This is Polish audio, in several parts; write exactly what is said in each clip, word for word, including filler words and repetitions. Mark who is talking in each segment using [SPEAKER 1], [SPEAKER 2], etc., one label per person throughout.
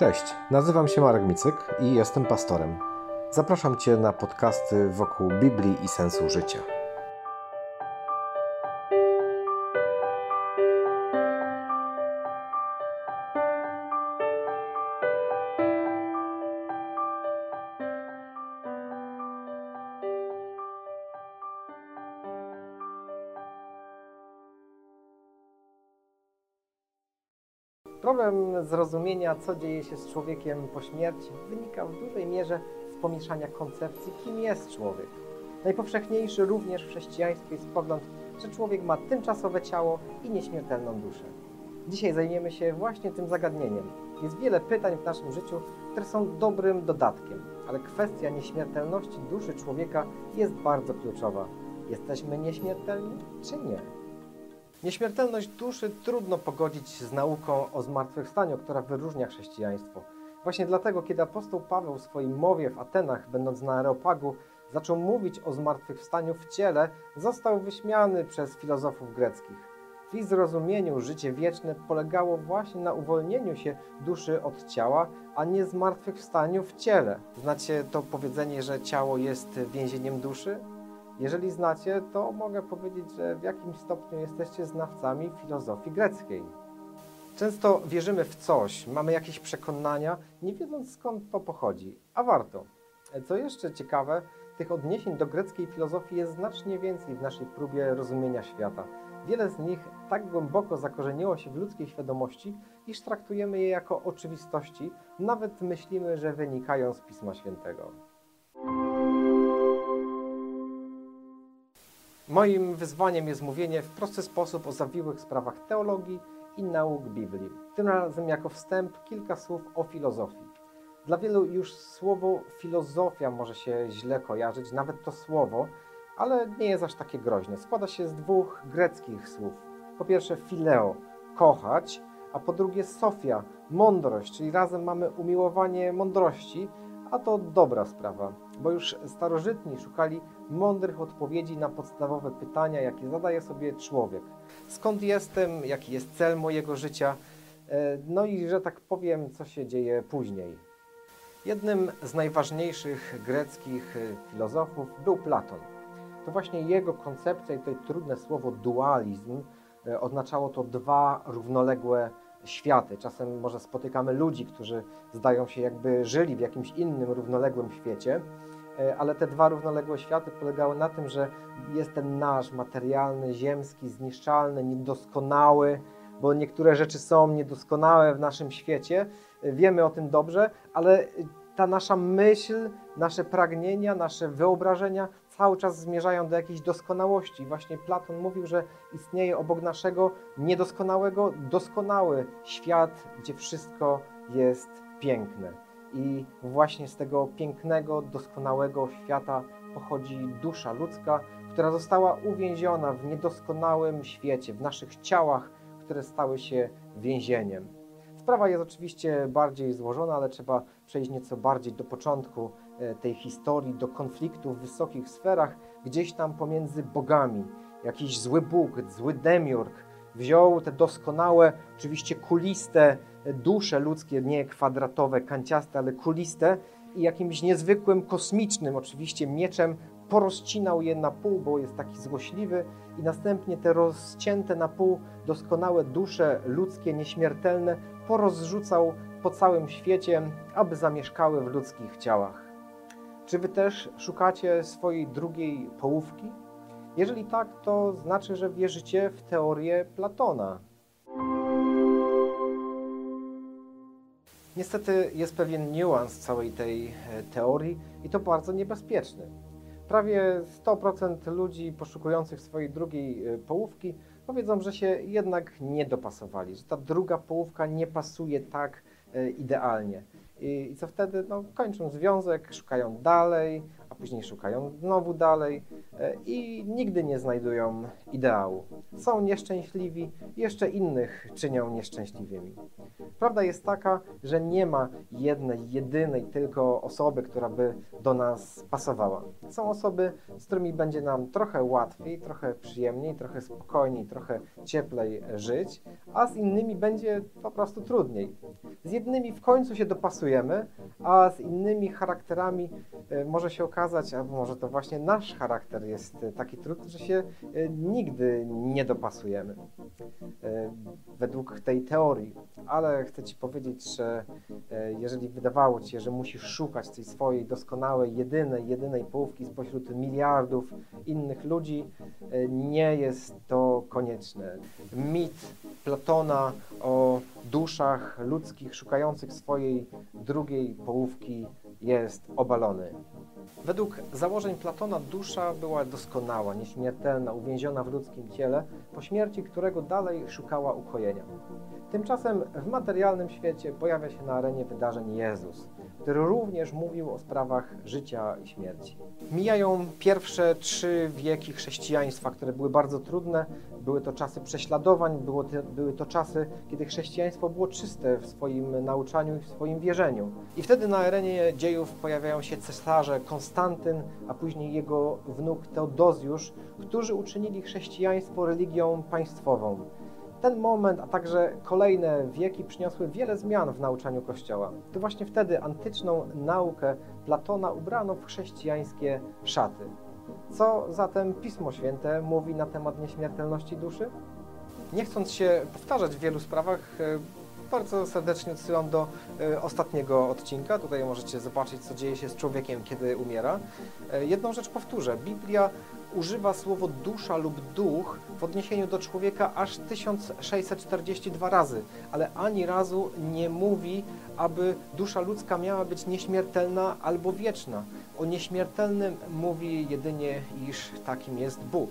[SPEAKER 1] Cześć, nazywam się Marek Micyk i jestem pastorem. Zapraszam Cię na podcasty wokół Biblii i sensu życia. Problem zrozumienia, co dzieje się z człowiekiem po śmierci, wynika w dużej mierze z pomieszania koncepcji, kim jest człowiek. Najpowszechniejszy również w chrześcijaństwie jest pogląd, że człowiek ma tymczasowe ciało i nieśmiertelną duszę. Dzisiaj zajmiemy się właśnie tym zagadnieniem. Jest wiele pytań w naszym życiu, które są dobrym dodatkiem, ale kwestia nieśmiertelności duszy człowieka jest bardzo kluczowa. Jesteśmy nieśmiertelni, czy nie? Nieśmiertelność duszy trudno pogodzić z nauką o zmartwychwstaniu, która wyróżnia chrześcijaństwo. Właśnie dlatego, kiedy apostoł Paweł w swojej mowie w Atenach, będąc na Areopagu, zaczął mówić o zmartwychwstaniu w ciele, został wyśmiany przez filozofów greckich. W ich zrozumieniu życie wieczne polegało właśnie na uwolnieniu się duszy od ciała, a nie zmartwychwstaniu w ciele. Znacie to powiedzenie, że ciało jest więzieniem duszy? Jeżeli znacie, to mogę powiedzieć, że w jakimś stopniu jesteście znawcami filozofii greckiej. Często wierzymy w coś, mamy jakieś przekonania, nie wiedząc skąd to pochodzi, a warto. Co jeszcze ciekawe, tych odniesień do greckiej filozofii jest znacznie więcej w naszej próbie rozumienia świata. Wiele z nich tak głęboko zakorzeniło się w ludzkiej świadomości, iż traktujemy je jako oczywistości, nawet myślimy, że wynikają z Pisma Świętego. Moim wyzwaniem jest mówienie w prosty sposób o zawiłych sprawach teologii i nauk Biblii. Tym razem jako wstęp kilka słów o filozofii. Dla wielu już słowo filozofia może się źle kojarzyć, nawet to słowo, ale nie jest aż takie groźne. Składa się z dwóch greckich słów. Po pierwsze phileo, kochać, a po drugie sophia, mądrość, czyli razem mamy umiłowanie mądrości, a to dobra sprawa, bo już starożytni szukali mądrych odpowiedzi na podstawowe pytania, jakie zadaje sobie człowiek. Skąd jestem, jaki jest cel mojego życia, no i, że tak powiem, co się dzieje później. Jednym z najważniejszych greckich filozofów był Platon. To właśnie jego koncepcja i tutaj trudne słowo dualizm oznaczało to dwa równoległe światy. Czasem może spotykamy ludzi, którzy zdają się jakby żyli w jakimś innym równoległym świecie, ale te dwa równoległe światy polegały na tym, że jest ten nasz materialny, ziemski, zniszczalny, niedoskonały, bo niektóre rzeczy są niedoskonałe w naszym świecie, wiemy o tym dobrze, ale ta nasza myśl, nasze pragnienia, nasze wyobrażenia cały czas zmierzają do jakiejś doskonałości. Właśnie Platon mówił, że istnieje obok naszego niedoskonałego, doskonały świat, gdzie wszystko jest piękne. I właśnie z tego pięknego, doskonałego świata pochodzi dusza ludzka, która została uwięziona w niedoskonałym świecie, w naszych ciałach, które stały się więzieniem. Sprawa jest oczywiście bardziej złożona, ale trzeba przejść nieco bardziej do początku tej historii, do konfliktu w wysokich sferach, gdzieś tam pomiędzy bogami. Jakiś zły Bóg, zły demiurg wziął te doskonałe, oczywiście kuliste dusze ludzkie, nie kwadratowe, kanciaste, ale kuliste i jakimś niezwykłym, kosmicznym oczywiście mieczem porozcinał je na pół, bo jest taki złośliwy i następnie te rozcięte na pół doskonałe dusze ludzkie, nieśmiertelne porozrzucał po całym świecie, aby zamieszkały w ludzkich ciałach. Czy wy też szukacie swojej drugiej połówki? Jeżeli tak, to znaczy, że wierzycie w teorię Platona. Niestety jest pewien niuans całej tej teorii i to bardzo niebezpieczny. Prawie sto procent ludzi poszukujących swojej drugiej połówki powiedzą, że się jednak nie dopasowali, że ta druga połówka nie pasuje tak idealnie. I, i co wtedy? No, kończą związek, szukają dalej, a później szukają znowu dalej i nigdy nie znajdują ideału. Są nieszczęśliwi, jeszcze innych czynią nieszczęśliwymi. Prawda jest taka, że nie ma jednej, jedynej tylko osoby, która by do nas pasowała. Są osoby, z którymi będzie nam trochę łatwiej, trochę przyjemniej, trochę spokojniej, trochę cieplej żyć, a z innymi będzie po prostu trudniej. Z jednymi w końcu się dopasujemy, a z innymi charakterami może się okazać, albo może to właśnie nasz charakter jest taki trudny, że się nigdy nie dopasujemy. Według tej teorii. Ale chcę Ci powiedzieć, że jeżeli wydawało Ci się, że musisz szukać tej swojej doskonałej, jedynej, jedynej połówki spośród miliardów innych ludzi, nie jest to konieczne. Mit Platona o duszach ludzkich szukających swojej drugiej połówki jest obalony. Według założeń Platona dusza była doskonała, nieśmiertelna, uwięziona w ludzkim ciele, po śmierci którego dalej szukała ukojenia. Tymczasem w materialnym świecie pojawia się na arenie wydarzeń Jezus, który również mówił o sprawach życia i śmierci. Mijają pierwsze trzy wieki chrześcijaństwa, które były bardzo trudne. Były to czasy prześladowań, było te, były to czasy, kiedy chrześcijaństwo było czyste w swoim nauczaniu i w swoim wierzeniu. I wtedy na arenie dziejów pojawiają się cesarze Konstantyn, a później jego wnuk Teodozjusz, którzy uczynili chrześcijaństwo religią państwową. Ten moment, a także kolejne wieki przyniosły wiele zmian w nauczaniu Kościoła. To właśnie wtedy antyczną naukę Platona ubrano w chrześcijańskie szaty. Co zatem Pismo Święte mówi na temat nieśmiertelności duszy? Nie chcąc się powtarzać w wielu sprawach, bardzo serdecznie odsyłam do ostatniego odcinka. Tutaj możecie zobaczyć, co dzieje się z człowiekiem, kiedy umiera. Jedną rzecz powtórzę. Biblia używa słowo dusza lub duch w odniesieniu do człowieka aż tysiąc sześćset czterdzieści dwa razy, ale ani razu nie mówi, aby dusza ludzka miała być nieśmiertelna albo wieczna. O nieśmiertelnym mówi jedynie, iż takim jest Bóg.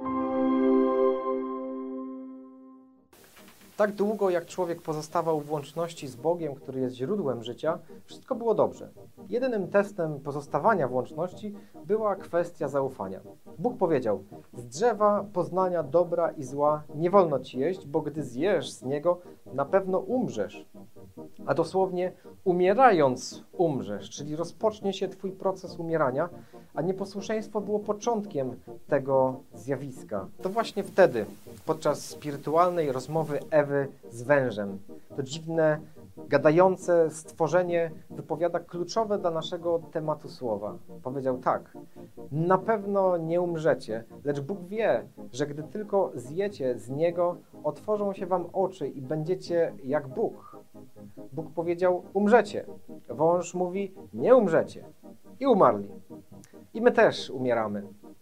[SPEAKER 1] Tak długo, jak człowiek pozostawał w łączności z Bogiem, który jest źródłem życia, wszystko było dobrze. Jedynym testem pozostawania w łączności była kwestia zaufania. Bóg powiedział: z drzewa poznania dobra i zła nie wolno ci jeść, bo gdy zjesz z niego, na pewno umrzesz. A dosłownie umierając umrzesz, czyli rozpocznie się twój proces umierania, a nieposłuszeństwo było początkiem tego zjawiska. To właśnie wtedy, podczas spirytualnej rozmowy Ewy z wężem, to dziwne, gadające stworzenie wypowiada kluczowe dla naszego tematu słowa. Powiedział tak: na pewno nie umrzecie, lecz Bóg wie, że gdy tylko zjecie z niego, otworzą się wam oczy i będziecie jak Bóg. Bóg powiedział: umrzecie. Wąż mówi: nie umrzecie. I umarli. I my też umieramy.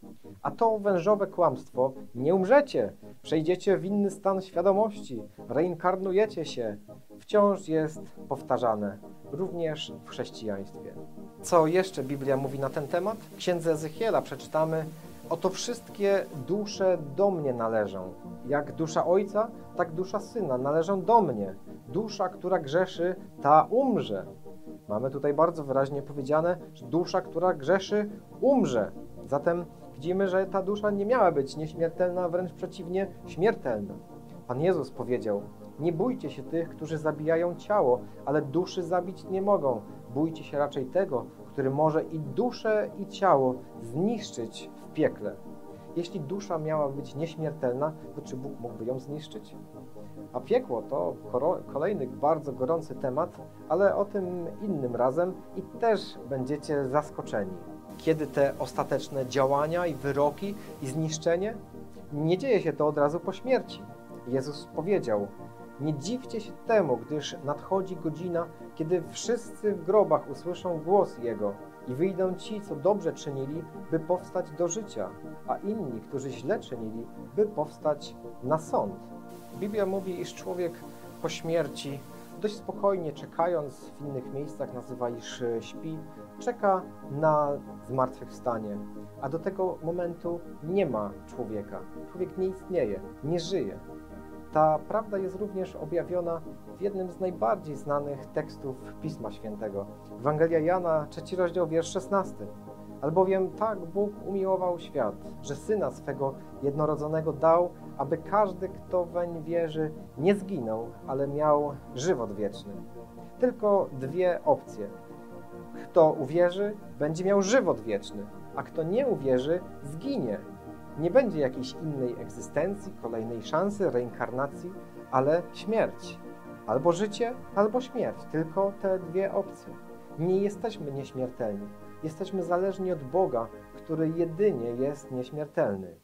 [SPEAKER 1] A to wężowe kłamstwo: nie umrzecie, przejdziecie w inny stan świadomości, reinkarnujecie się, wciąż jest powtarzane, również w chrześcijaństwie. Co jeszcze Biblia mówi na ten temat? W księdze Ezechiela przeczytamy: oto wszystkie dusze do mnie należą. Jak dusza ojca, tak dusza syna należą do mnie. Dusza, która grzeszy, ta umrze. Mamy tutaj bardzo wyraźnie powiedziane, że dusza, która grzeszy, umrze. Zatem widzimy, że ta dusza nie miała być nieśmiertelna, wręcz przeciwnie, śmiertelna. Pan Jezus powiedział: nie bójcie się tych, którzy zabijają ciało, ale duszy zabić nie mogą. Bójcie się raczej tego, który może i duszę, i ciało zniszczyć w piekle. Jeśli dusza miała być nieśmiertelna, to czy Bóg mógłby ją zniszczyć? A piekło to kolejny bardzo gorący temat, ale o tym innym razem i też będziecie zaskoczeni. Kiedy te ostateczne działania i wyroki i zniszczenie? Nie dzieje się to od razu po śmierci. Jezus powiedział: nie dziwcie się temu, gdyż nadchodzi godzina, kiedy wszyscy w grobach usłyszą głos Jego i wyjdą ci, co dobrze czynili, by powstać do życia, a inni, którzy źle czynili, by powstać na sąd. Biblia mówi, iż człowiek po śmierci, dość spokojnie czekając, w innych miejscach nazywa, iż śpi, czeka na zmartwychwstanie, a do tego momentu nie ma człowieka. Człowiek nie istnieje, nie żyje. Ta prawda jest również objawiona w jednym z najbardziej znanych tekstów Pisma Świętego. Ewangelia Jana, trzeci rozdział, wiersz szesnasty. Albowiem tak Bóg umiłował świat, że Syna swego jednorodzonego dał, aby każdy, kto weń wierzy, nie zginął, ale miał żywot wieczny. Tylko dwie opcje. Kto uwierzy, będzie miał żywot wieczny, a kto nie uwierzy, zginie. Nie będzie jakiejś innej egzystencji, kolejnej szansy, reinkarnacji, ale śmierć. Albo życie, albo śmierć. Tylko te dwie opcje. Nie jesteśmy nieśmiertelni. Jesteśmy zależni od Boga, który jedynie jest nieśmiertelny.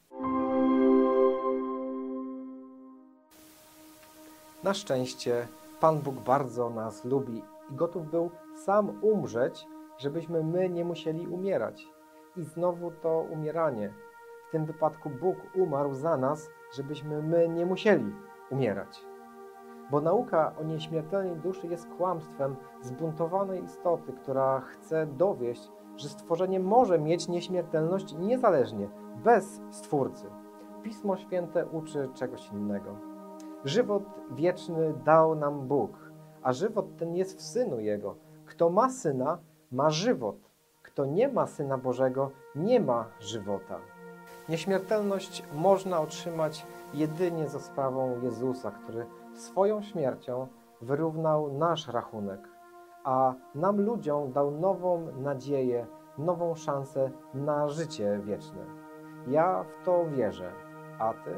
[SPEAKER 1] Na szczęście Pan Bóg bardzo nas lubi i gotów był sam umrzeć, żebyśmy my nie musieli umierać. I znowu to umieranie. W tym wypadku Bóg umarł za nas, żebyśmy my nie musieli umierać. Bo nauka o nieśmiertelnej duszy jest kłamstwem zbuntowanej istoty, która chce dowieść, że stworzenie może mieć nieśmiertelność niezależnie, bez Stwórcy. Pismo Święte uczy czegoś innego. Żywot wieczny dał nam Bóg, a żywot ten jest w Synu Jego. Kto ma Syna, ma żywot. Kto nie ma Syna Bożego, nie ma żywota. Nieśmiertelność można otrzymać jedynie za sprawą Jezusa, który swoją śmiercią wyrównał nasz rachunek, a nam ludziom dał nową nadzieję, nową szansę na życie wieczne. Ja w to wierzę. A Ty?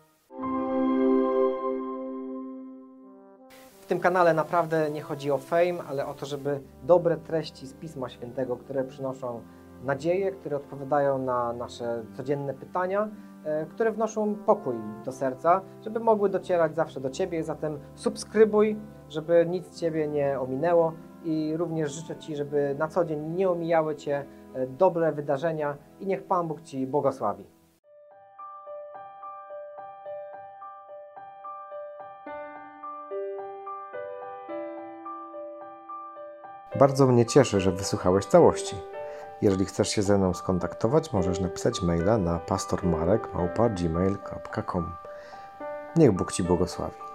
[SPEAKER 1] W tym kanale naprawdę nie chodzi o fame, ale o to, żeby dobre treści z Pisma Świętego, które przynoszą nadzieję, które odpowiadają na nasze codzienne pytania, które wnoszą pokój do serca, żeby mogły docierać zawsze do Ciebie. Zatem subskrybuj, żeby nic Ciebie nie ominęło i również życzę Ci, żeby na co dzień nie omijały Cię dobre wydarzenia i niech Pan Bóg Ci błogosławi.
[SPEAKER 2] Bardzo mnie cieszy, że wysłuchałeś całości. Jeżeli chcesz się ze mną skontaktować, możesz napisać maila na pastormarek małpa gmail kropka com. Niech Bóg Ci błogosławi.